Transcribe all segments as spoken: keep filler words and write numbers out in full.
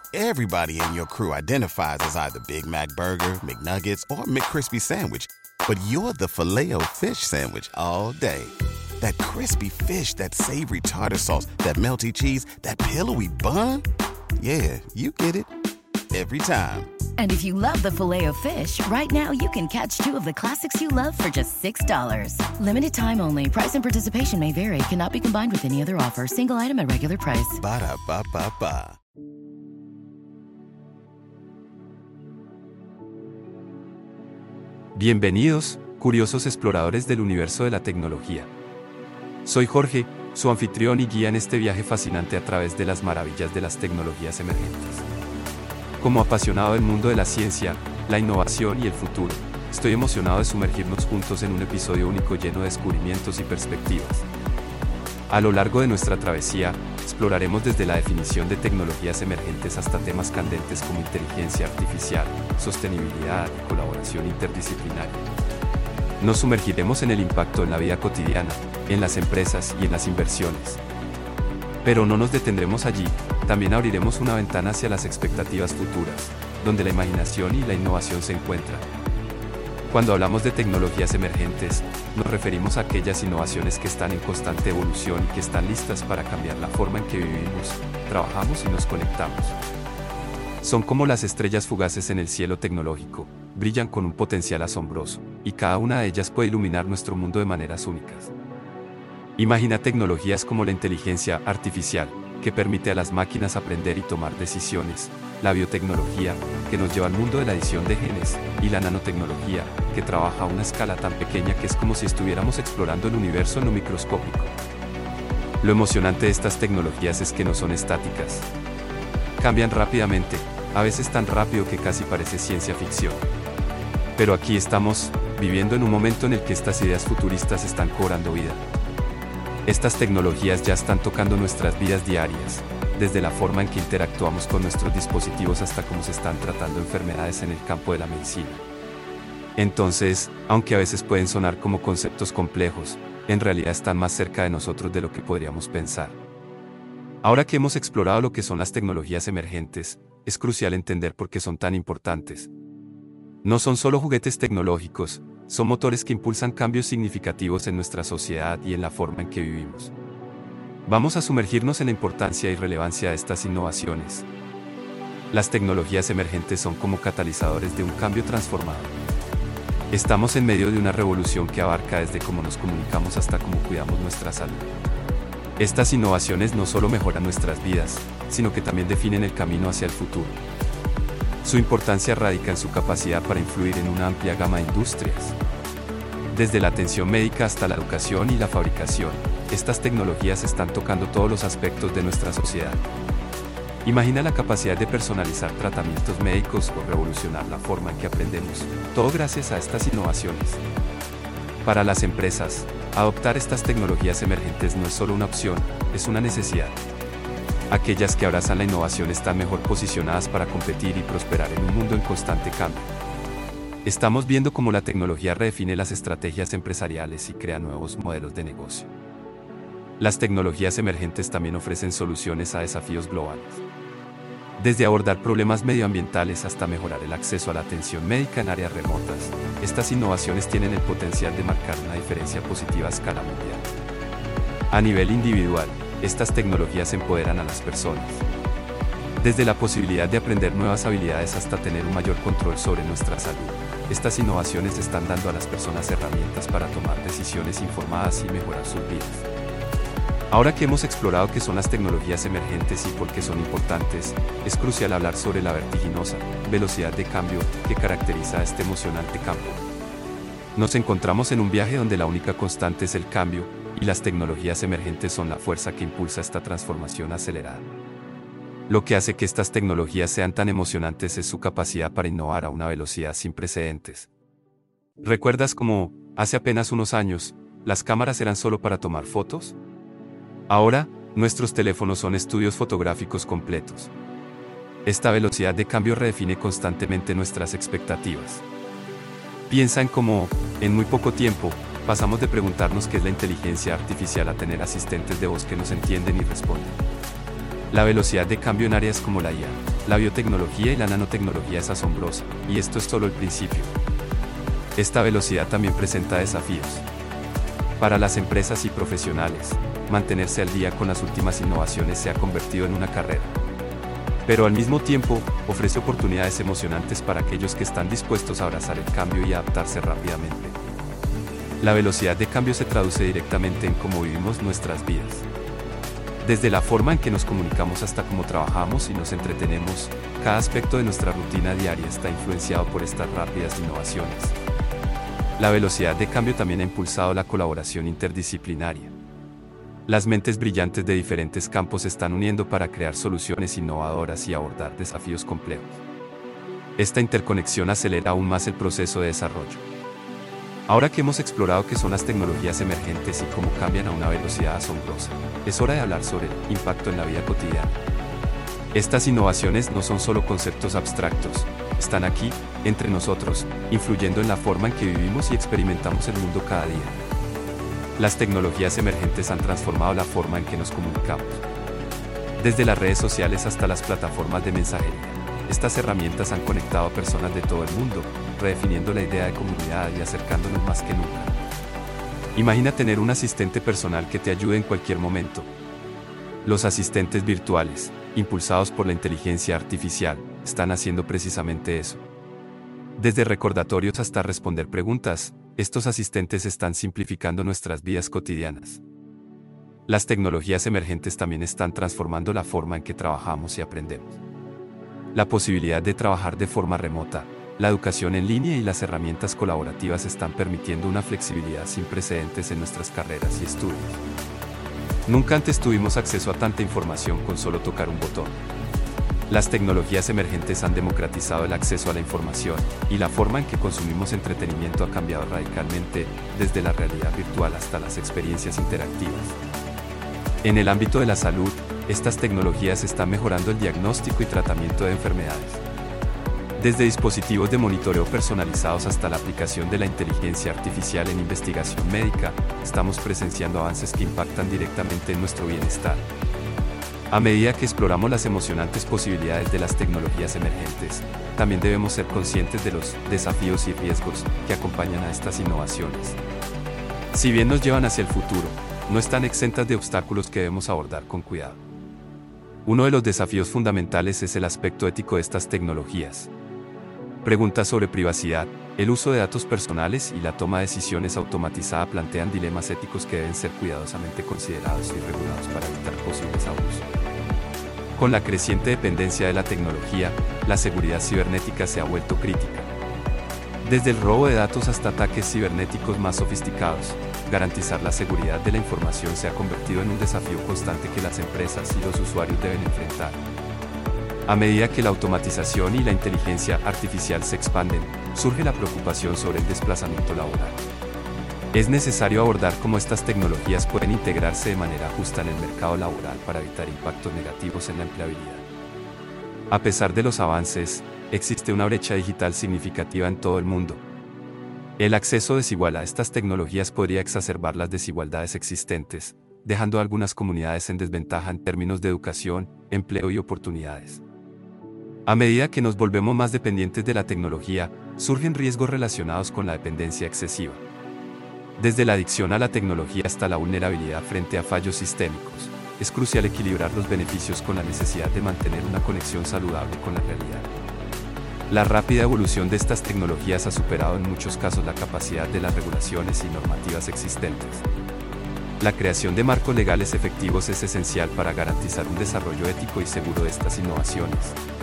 Everybody in your crew identifies as either Big Mac Burger, McNuggets, or McCrispy Sandwich. But you're the Filet-O-Fish Sandwich all day. That crispy fish, that savory tartar sauce, that melty cheese, that pillowy bun. Yeah, you get it. Every time. And if you love the Filet-O-Fish, right now you can catch two of the classics you love for just six dollars. Limited time only. Price and participation may vary. Cannot be combined with any other offer. Single item at regular price. Ba-da-ba-ba-ba. Bienvenidos, curiosos exploradores del universo de la tecnología. Soy Jorge, su anfitrión y guía en este viaje fascinante a través de las maravillas de las tecnologías emergentes. Como apasionado del mundo de la ciencia, la innovación y el futuro, estoy emocionado de sumergirnos juntos en un episodio único lleno de descubrimientos y perspectivas. A lo largo de nuestra travesía, exploraremos desde la definición de tecnologías emergentes hasta temas candentes como inteligencia artificial, sostenibilidad y colaboración interdisciplinaria. Nos sumergiremos en el impacto en la vida cotidiana, en las empresas y en las inversiones. Pero no nos detendremos allí, también abriremos una ventana hacia las expectativas futuras, donde la imaginación y la innovación se encuentran. Cuando hablamos de tecnologías emergentes, nos referimos a aquellas innovaciones que están en constante evolución y que están listas para cambiar la forma en que vivimos, trabajamos y nos conectamos. Son como las estrellas fugaces en el cielo tecnológico, brillan con un potencial asombroso, y cada una de ellas puede iluminar nuestro mundo de maneras únicas. Imagina tecnologías como la inteligencia artificial, que permite a las máquinas aprender y tomar decisiones, la biotecnología, que nos lleva al mundo de la edición de genes, y la nanotecnología, que trabaja a una escala tan pequeña que es como si estuviéramos explorando el universo en lo microscópico. Lo emocionante de estas tecnologías es que no son estáticas. Cambian rápidamente, a veces tan rápido que casi parece ciencia ficción. Pero aquí estamos, viviendo en un momento en el que estas ideas futuristas están cobrando vida. Estas tecnologías ya están tocando nuestras vidas diarias, desde la forma en que interactuamos con nuestros dispositivos hasta cómo se están tratando enfermedades en el campo de la medicina. Entonces, aunque a veces pueden sonar como conceptos complejos, en realidad están más cerca de nosotros de lo que podríamos pensar. Ahora que hemos explorado lo que son las tecnologías emergentes, es crucial entender por qué son tan importantes. No son solo juguetes tecnológicos, son motores que impulsan cambios significativos en nuestra sociedad y en la forma en que vivimos. Vamos a sumergirnos en la importancia y relevancia de estas innovaciones. Las tecnologías emergentes son como catalizadores de un cambio transformador. Estamos en medio de una revolución que abarca desde cómo nos comunicamos hasta cómo cuidamos nuestra salud. Estas innovaciones no solo mejoran nuestras vidas, sino que también definen el camino hacia el futuro. Su importancia radica en su capacidad para influir en una amplia gama de industrias. Desde la atención médica hasta la educación y la fabricación, estas tecnologías están tocando todos los aspectos de nuestra sociedad. Imagina la capacidad de personalizar tratamientos médicos o revolucionar la forma en que aprendemos, todo gracias a estas innovaciones. Para las empresas, adoptar estas tecnologías emergentes no es solo una opción, es una necesidad. Aquellas que abrazan la innovación están mejor posicionadas para competir y prosperar en un mundo en constante cambio. Estamos viendo cómo la tecnología redefine las estrategias empresariales y crea nuevos modelos de negocio. Las tecnologías emergentes también ofrecen soluciones a desafíos globales. Desde abordar problemas medioambientales hasta mejorar el acceso a la atención médica en áreas remotas, estas innovaciones tienen el potencial de marcar una diferencia positiva a escala mundial. A nivel individual, estas tecnologías empoderan a las personas. Desde la posibilidad de aprender nuevas habilidades hasta tener un mayor control sobre nuestra salud, estas innovaciones están dando a las personas herramientas para tomar decisiones informadas y mejorar sus vidas. Ahora que hemos explorado qué son las tecnologías emergentes y por qué son importantes, es crucial hablar sobre la vertiginosa velocidad de cambio que caracteriza a este emocionante campo. Nos encontramos en un viaje donde la única constante es el cambio, y las tecnologías emergentes son la fuerza que impulsa esta transformación acelerada. Lo que hace que estas tecnologías sean tan emocionantes es su capacidad para innovar a una velocidad sin precedentes. ¿Recuerdas cómo, hace apenas unos años, las cámaras eran solo para tomar fotos? Ahora, nuestros teléfonos son estudios fotográficos completos. Esta velocidad de cambio redefine constantemente nuestras expectativas. Piensa en cómo, en muy poco tiempo, pasamos de preguntarnos qué es la inteligencia artificial a tener asistentes de voz que nos entienden y responden. La velocidad de cambio en áreas como la I A, la biotecnología y la nanotecnología es asombrosa, y esto es solo el principio. Esta velocidad también presenta desafíos. Para las empresas y profesionales, mantenerse al día con las últimas innovaciones se ha convertido en una carrera. Pero al mismo tiempo, ofrece oportunidades emocionantes para aquellos que están dispuestos a abrazar el cambio y adaptarse rápidamente. La velocidad de cambio se traduce directamente en cómo vivimos nuestras vidas. Desde la forma en que nos comunicamos hasta cómo trabajamos y nos entretenemos, cada aspecto de nuestra rutina diaria está influenciado por estas rápidas innovaciones. La velocidad de cambio también ha impulsado la colaboración interdisciplinaria. Las mentes brillantes de diferentes campos se están uniendo para crear soluciones innovadoras y abordar desafíos complejos. Esta interconexión acelera aún más el proceso de desarrollo. Ahora que hemos explorado qué son las tecnologías emergentes y cómo cambian a una velocidad asombrosa, es hora de hablar sobre el impacto en la vida cotidiana. Estas innovaciones no son solo conceptos abstractos, están aquí, entre nosotros, influyendo en la forma en que vivimos y experimentamos el mundo cada día. Las tecnologías emergentes han transformado la forma en que nos comunicamos. Desde las redes sociales hasta las plataformas de mensajería, estas herramientas han conectado a personas de todo el mundo, redefiniendo la idea de comunidad y acercándonos más que nunca. Imagina tener un asistente personal que te ayude en cualquier momento. Los asistentes virtuales, impulsados por la inteligencia artificial, están haciendo precisamente eso. Desde recordatorios hasta responder preguntas, estos asistentes están simplificando nuestras vidas cotidianas. Las tecnologías emergentes también están transformando la forma en que trabajamos y aprendemos. La posibilidad de trabajar de forma remota, la educación en línea y las herramientas colaborativas están permitiendo una flexibilidad sin precedentes en nuestras carreras y estudios. Nunca antes tuvimos acceso a tanta información con solo tocar un botón. Las tecnologías emergentes han democratizado el acceso a la información, y la forma en que consumimos entretenimiento ha cambiado radicalmente, desde la realidad virtual hasta las experiencias interactivas. En el ámbito de la salud, estas tecnologías están mejorando el diagnóstico y tratamiento de enfermedades. Desde dispositivos de monitoreo personalizados hasta la aplicación de la inteligencia artificial en investigación médica, estamos presenciando avances que impactan directamente en nuestro bienestar. A medida que exploramos las emocionantes posibilidades de las tecnologías emergentes, también debemos ser conscientes de los desafíos y riesgos que acompañan a estas innovaciones. Si bien nos llevan hacia el futuro, no están exentas de obstáculos que debemos abordar con cuidado. Uno de los desafíos fundamentales es el aspecto ético de estas tecnologías. Preguntas sobre privacidad, el uso de datos personales y la toma de decisiones automatizada plantean dilemas éticos que deben ser cuidadosamente considerados y regulados para evitar posibles abusos. Con la creciente dependencia de la tecnología, la seguridad cibernética se ha vuelto crítica. Desde el robo de datos hasta ataques cibernéticos más sofisticados, garantizar la seguridad de la información se ha convertido en un desafío constante que las empresas y los usuarios deben enfrentar. A medida que la automatización y la inteligencia artificial se expanden, surge la preocupación sobre el desplazamiento laboral. Es necesario abordar cómo estas tecnologías pueden integrarse de manera justa en el mercado laboral para evitar impactos negativos en la empleabilidad. A pesar de los avances, existe una brecha digital significativa en todo el mundo. El acceso desigual a estas tecnologías podría exacerbar las desigualdades existentes, dejando a algunas comunidades en desventaja en términos de educación, empleo y oportunidades. A medida que nos volvemos más dependientes de la tecnología, surgen riesgos relacionados con la dependencia excesiva. Desde la adicción a la tecnología hasta la vulnerabilidad frente a fallos sistémicos, es crucial equilibrar los beneficios con la necesidad de mantener una conexión saludable con la realidad. La rápida evolución de estas tecnologías ha superado en muchos casos la capacidad de las regulaciones y normativas existentes. La creación de marcos legales efectivos es esencial para garantizar un desarrollo ético y seguro de estas innovaciones.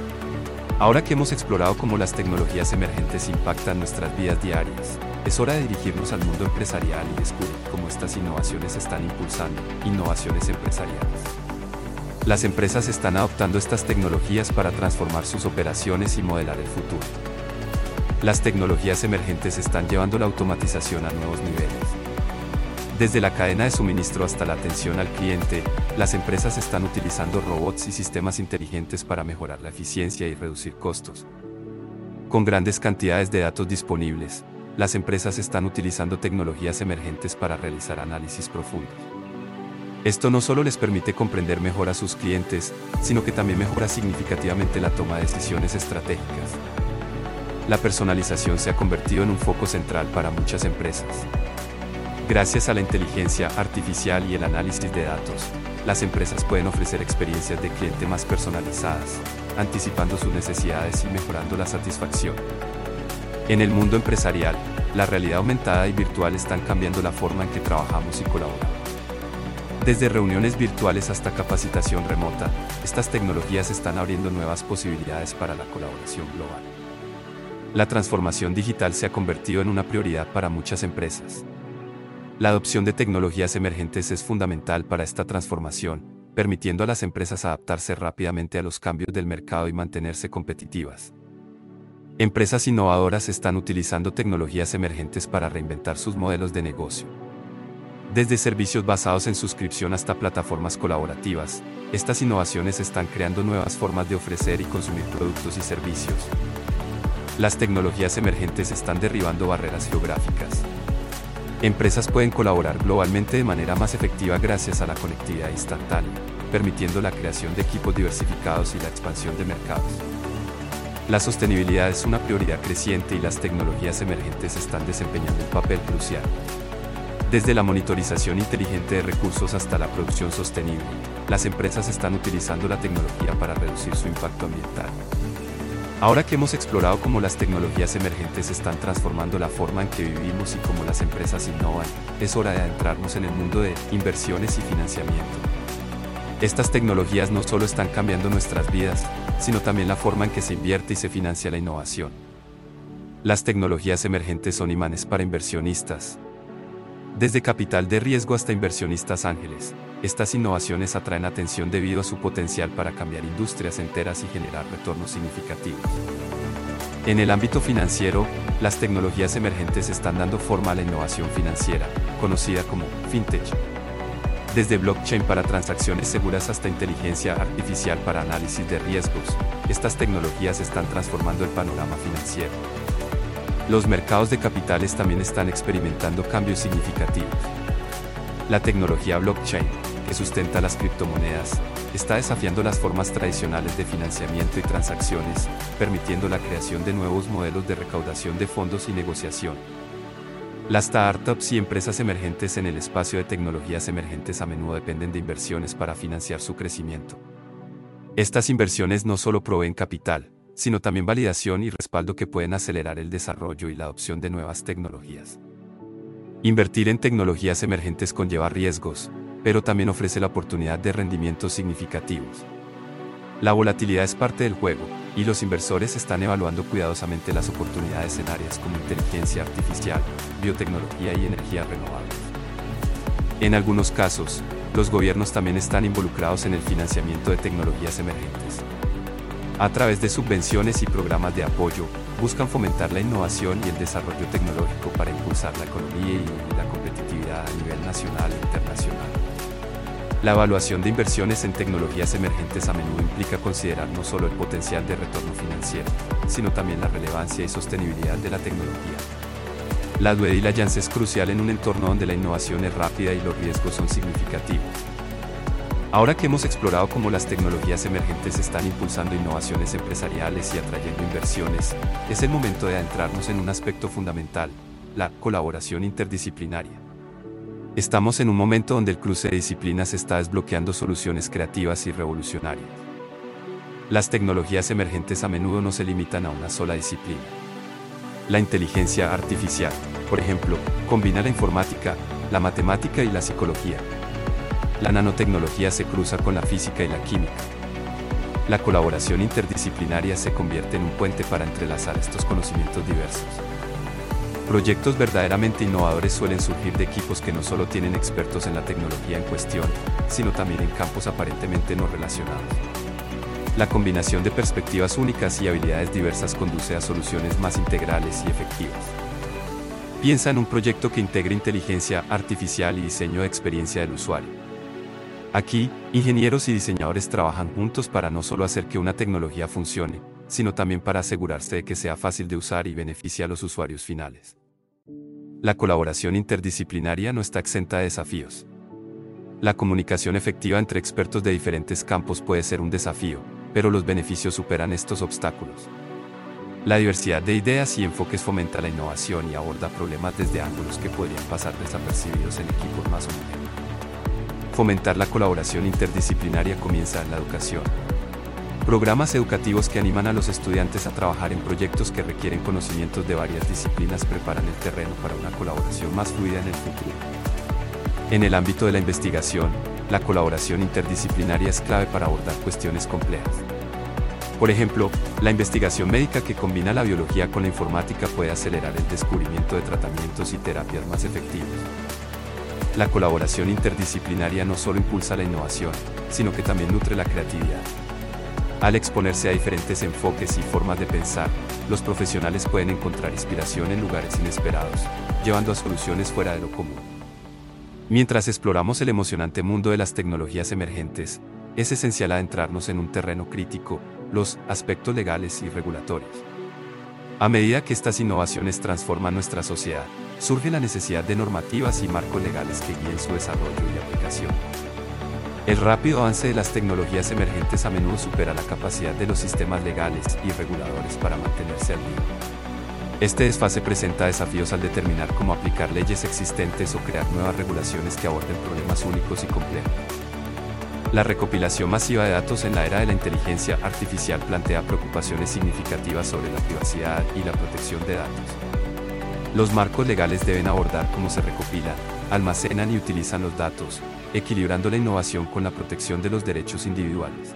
Ahora que hemos explorado cómo las tecnologías emergentes impactan nuestras vidas diarias, es hora de dirigirnos al mundo empresarial y descubrir cómo estas innovaciones están impulsando innovaciones empresariales. Las empresas están adoptando estas tecnologías para transformar sus operaciones y modelar el futuro. Las tecnologías emergentes están llevando la automatización a nuevos niveles. Desde la cadena de suministro hasta la atención al cliente, las empresas están utilizando robots y sistemas inteligentes para mejorar la eficiencia y reducir costos. Con grandes cantidades de datos disponibles, las empresas están utilizando tecnologías emergentes para realizar análisis profundos. Esto no solo les permite comprender mejor a sus clientes, sino que también mejora significativamente la toma de decisiones estratégicas. La personalización se ha convertido en un foco central para muchas empresas. Gracias a la inteligencia artificial y el análisis de datos, las empresas pueden ofrecer experiencias de cliente más personalizadas, anticipando sus necesidades y mejorando la satisfacción. En el mundo empresarial, la realidad aumentada y virtual están cambiando la forma en que trabajamos y colaboramos. Desde reuniones virtuales hasta capacitación remota, estas tecnologías están abriendo nuevas posibilidades para la colaboración global. La transformación digital se ha convertido en una prioridad para muchas empresas. La adopción de tecnologías emergentes es fundamental para esta transformación, permitiendo a las empresas adaptarse rápidamente a los cambios del mercado y mantenerse competitivas. Empresas innovadoras están utilizando tecnologías emergentes para reinventar sus modelos de negocio. Desde servicios basados en suscripción hasta plataformas colaborativas, estas innovaciones están creando nuevas formas de ofrecer y consumir productos y servicios. Las tecnologías emergentes están derribando barreras geográficas. Empresas pueden colaborar globalmente de manera más efectiva gracias a la conectividad instantánea, permitiendo la creación de equipos diversificados y la expansión de mercados. La sostenibilidad es una prioridad creciente y las tecnologías emergentes están desempeñando un papel crucial. Desde la monitorización inteligente de recursos hasta la producción sostenible, las empresas están utilizando la tecnología para reducir su impacto ambiental. Ahora que hemos explorado cómo las tecnologías emergentes están transformando la forma en que vivimos y cómo las empresas innovan, es hora de adentrarnos en el mundo de inversiones y financiamiento. Estas tecnologías no solo están cambiando nuestras vidas, sino también la forma en que se invierte y se financia la innovación. Las tecnologías emergentes son imanes para inversionistas. Desde capital de riesgo hasta inversionistas ángeles, estas innovaciones atraen atención debido a su potencial para cambiar industrias enteras y generar retornos significativos. En el ámbito financiero, las tecnologías emergentes están dando forma a la innovación financiera, conocida como fintech. Desde blockchain para transacciones seguras hasta inteligencia artificial para análisis de riesgos, estas tecnologías están transformando el panorama financiero. Los mercados de capitales también están experimentando cambios significativos. La tecnología blockchain, que sustenta las criptomonedas, está desafiando las formas tradicionales de financiamiento y transacciones, permitiendo la creación de nuevos modelos de recaudación de fondos y negociación. Las startups y empresas emergentes en el espacio de tecnologías emergentes a menudo dependen de inversiones para financiar su crecimiento. Estas inversiones no solo proveen capital, sino también validación y respaldo que pueden acelerar el desarrollo y la adopción de nuevas tecnologías. Invertir en tecnologías emergentes conlleva riesgos, pero también ofrece la oportunidad de rendimientos significativos. La volatilidad es parte del juego, y los inversores están evaluando cuidadosamente las oportunidades en áreas como inteligencia artificial, biotecnología y energías renovables. En algunos casos, los gobiernos también están involucrados en el financiamiento de tecnologías emergentes. A través de subvenciones y programas de apoyo, buscan fomentar la innovación y el desarrollo tecnológico para impulsar la economía y la competitividad a nivel nacional e internacional. La evaluación de inversiones en tecnologías emergentes a menudo implica considerar no solo el potencial de retorno financiero, sino también la relevancia y sostenibilidad de la tecnología. La due diligence es crucial en un entorno donde la innovación es rápida y los riesgos son significativos. Ahora que hemos explorado cómo las tecnologías emergentes están impulsando innovaciones empresariales y atrayendo inversiones, es el momento de adentrarnos en un aspecto fundamental, la colaboración interdisciplinaria. Estamos en un momento donde el cruce de disciplinas está desbloqueando soluciones creativas y revolucionarias. Las tecnologías emergentes a menudo no se limitan a una sola disciplina. La inteligencia artificial, por ejemplo, combina la informática, la matemática y la psicología. La nanotecnología se cruza con la física y la química. La colaboración interdisciplinaria se convierte en un puente para entrelazar estos conocimientos diversos. Proyectos verdaderamente innovadores suelen surgir de equipos que no solo tienen expertos en la tecnología en cuestión, sino también en campos aparentemente no relacionados. La combinación de perspectivas únicas y habilidades diversas conduce a soluciones más integrales y efectivas. Piensa en un proyecto que integre inteligencia artificial y diseño de experiencia del usuario. Aquí, ingenieros y diseñadores trabajan juntos para no solo hacer que una tecnología funcione, sino también para asegurarse de que sea fácil de usar y beneficie a los usuarios finales. La colaboración interdisciplinaria no está exenta de desafíos. La comunicación efectiva entre expertos de diferentes campos puede ser un desafío, pero los beneficios superan estos obstáculos. La diversidad de ideas y enfoques fomenta la innovación y aborda problemas desde ángulos que podrían pasar desapercibidos en equipos más homogéneos. Fomentar la colaboración interdisciplinaria comienza en la educación. Programas educativos que animan a los estudiantes a trabajar en proyectos que requieren conocimientos de varias disciplinas preparan el terreno para una colaboración más fluida en el futuro. En el ámbito de la investigación, la colaboración interdisciplinaria es clave para abordar cuestiones complejas. Por ejemplo, la investigación médica que combina la biología con la informática puede acelerar el descubrimiento de tratamientos y terapias más efectivos. La colaboración interdisciplinaria no solo impulsa la innovación, sino que también nutre la creatividad. Al exponerse a diferentes enfoques y formas de pensar, los profesionales pueden encontrar inspiración en lugares inesperados, llevando a soluciones fuera de lo común. Mientras exploramos el emocionante mundo de las tecnologías emergentes, es esencial adentrarnos en un terreno crítico, los aspectos legales y regulatorios. A medida que estas innovaciones transforman nuestra sociedad, surge la necesidad de normativas y marcos legales que guíen su desarrollo y aplicación. El rápido avance de las tecnologías emergentes a menudo supera la capacidad de los sistemas legales y reguladores para mantenerse al día. Este desfase presenta desafíos al determinar cómo aplicar leyes existentes o crear nuevas regulaciones que aborden problemas únicos y complejos. La recopilación masiva de datos en la era de la inteligencia artificial plantea preocupaciones significativas sobre la privacidad y la protección de datos. Los marcos legales deben abordar cómo se recopilan, almacenan y utilizan los datos, equilibrando la innovación con la protección de los derechos individuales.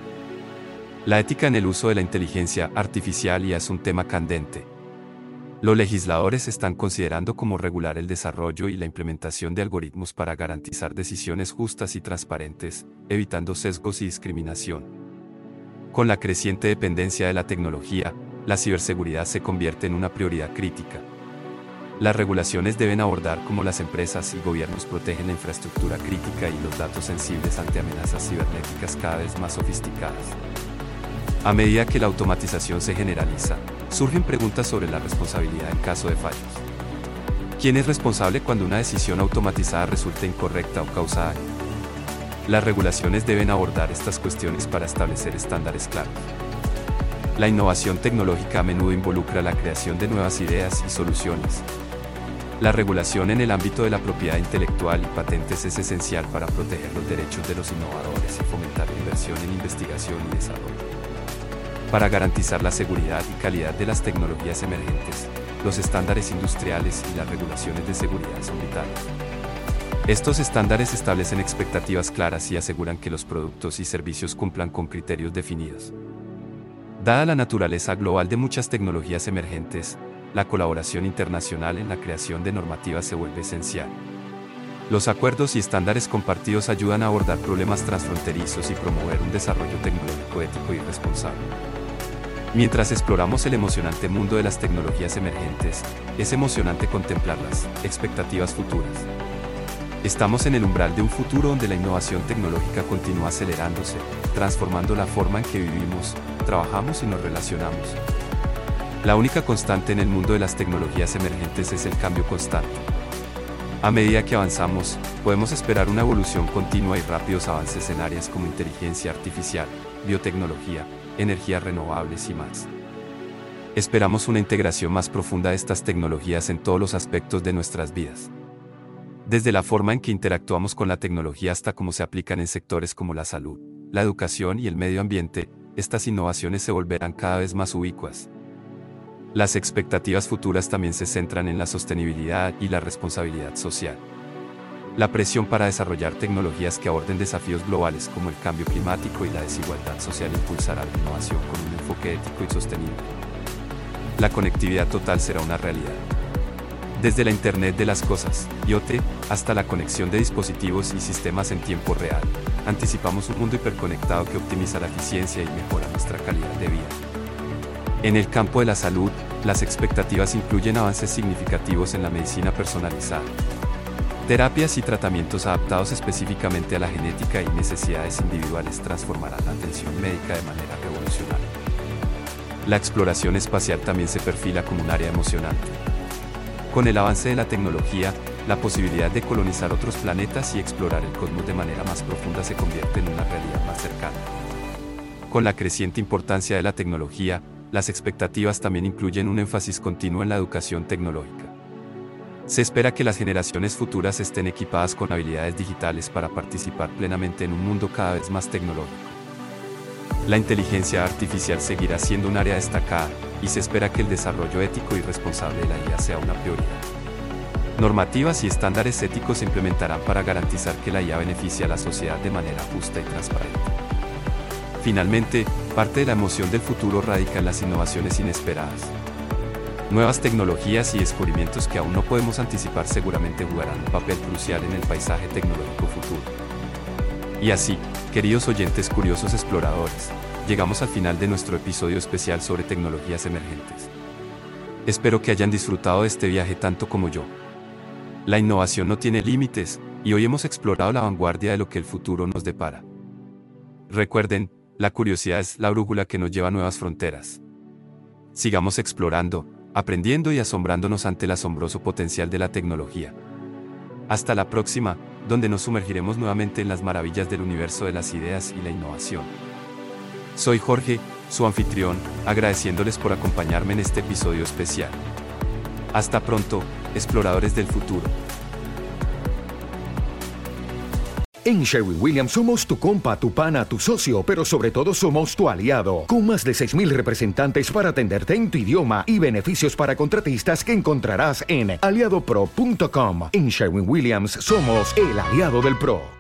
La ética en el uso de la inteligencia artificial ya es un tema candente. Los legisladores están considerando cómo regular el desarrollo y la implementación de algoritmos para garantizar decisiones justas y transparentes, evitando sesgos y discriminación. Con la creciente dependencia de la tecnología, la ciberseguridad se convierte en una prioridad crítica. Las regulaciones deben abordar cómo las empresas y gobiernos protegen la infraestructura crítica y los datos sensibles ante amenazas cibernéticas cada vez más sofisticadas. A medida que la automatización se generaliza, surgen preguntas sobre la responsabilidad en caso de fallos. ¿Quién es responsable cuando una decisión automatizada resulta incorrecta o causa daño? Las regulaciones deben abordar estas cuestiones para establecer estándares claros. La innovación tecnológica a menudo involucra la creación de nuevas ideas y soluciones. La regulación en el ámbito de la propiedad intelectual y patentes es esencial para proteger los derechos de los innovadores y fomentar la inversión en investigación y desarrollo. Para garantizar la seguridad y calidad de las tecnologías emergentes, los estándares industriales y las regulaciones de seguridad son vitales. Estos estándares establecen expectativas claras y aseguran que los productos y servicios cumplan con criterios definidos. Dada la naturaleza global de muchas tecnologías emergentes, la colaboración internacional en la creación de normativas se vuelve esencial. Los acuerdos y estándares compartidos ayudan a abordar problemas transfronterizos y promover un desarrollo tecnológico ético y responsable. Mientras exploramos el emocionante mundo de las tecnologías emergentes, es emocionante contemplar las expectativas futuras. Estamos en el umbral de un futuro donde la innovación tecnológica continúa acelerándose, transformando la forma en que vivimos, trabajamos y nos relacionamos. La única constante en el mundo de las tecnologías emergentes es el cambio constante. A medida que avanzamos, podemos esperar una evolución continua y rápidos avances en áreas como inteligencia artificial, biotecnología, energías renovables y más. Esperamos una integración más profunda de estas tecnologías en todos los aspectos de nuestras vidas. Desde la forma en que interactuamos con la tecnología hasta cómo se aplican en sectores como la salud, la educación y el medio ambiente, estas innovaciones se volverán cada vez más ubicuas. Las expectativas futuras también se centran en la sostenibilidad y la responsabilidad social. La presión para desarrollar tecnologías que aborden desafíos globales como el cambio climático y la desigualdad social impulsará la innovación con un enfoque ético y sostenible. La conectividad total será una realidad. Desde la Internet de las Cosas, I o T, hasta la conexión de dispositivos y sistemas en tiempo real, anticipamos un mundo hiperconectado que optimiza la eficiencia y mejora nuestra calidad de vida. En el campo de la salud, las expectativas incluyen avances significativos en la medicina personalizada. Terapias y tratamientos adaptados específicamente a la genética y necesidades individuales transformarán la atención médica de manera revolucionaria. La exploración espacial también se perfila como un área emocionante. Con el avance de la tecnología, la posibilidad de colonizar otros planetas y explorar el cosmos de manera más profunda se convierte en una realidad más cercana. Con la creciente importancia de la tecnología, las expectativas también incluyen un énfasis continuo en la educación tecnológica. Se espera que las generaciones futuras estén equipadas con habilidades digitales para participar plenamente en un mundo cada vez más tecnológico. La inteligencia artificial seguirá siendo un área destacada, y se espera que el desarrollo ético y responsable de la I A sea una prioridad. Normativas y estándares éticos se implementarán para garantizar que la I A beneficie a la sociedad de manera justa y transparente. Finalmente, parte de la emoción del futuro radica en las innovaciones inesperadas. Nuevas tecnologías y descubrimientos que aún no podemos anticipar seguramente jugarán un papel crucial en el paisaje tecnológico futuro. Y así, queridos oyentes curiosos exploradores, llegamos al final de nuestro episodio especial sobre tecnologías emergentes. Espero que hayan disfrutado de este viaje tanto como yo. La innovación no tiene límites, y hoy hemos explorado la vanguardia de lo que el futuro nos depara. Recuerden, la curiosidad es la brújula que nos lleva a nuevas fronteras. Sigamos explorando, aprendiendo y asombrándonos ante el asombroso potencial de la tecnología. Hasta la próxima, donde nos sumergiremos nuevamente en las maravillas del universo de las ideas y la innovación. Soy Jorge, su anfitrión, agradeciéndoles por acompañarme en este episodio especial. Hasta pronto, exploradores del futuro. En Sherwin-Williams somos tu compa, tu pana, tu socio, pero sobre todo somos tu aliado, con más de seis mil representantes para atenderte en tu idioma y beneficios para contratistas que encontrarás en aliado pro punto com. En Sherwin-Williams somos el aliado del pro.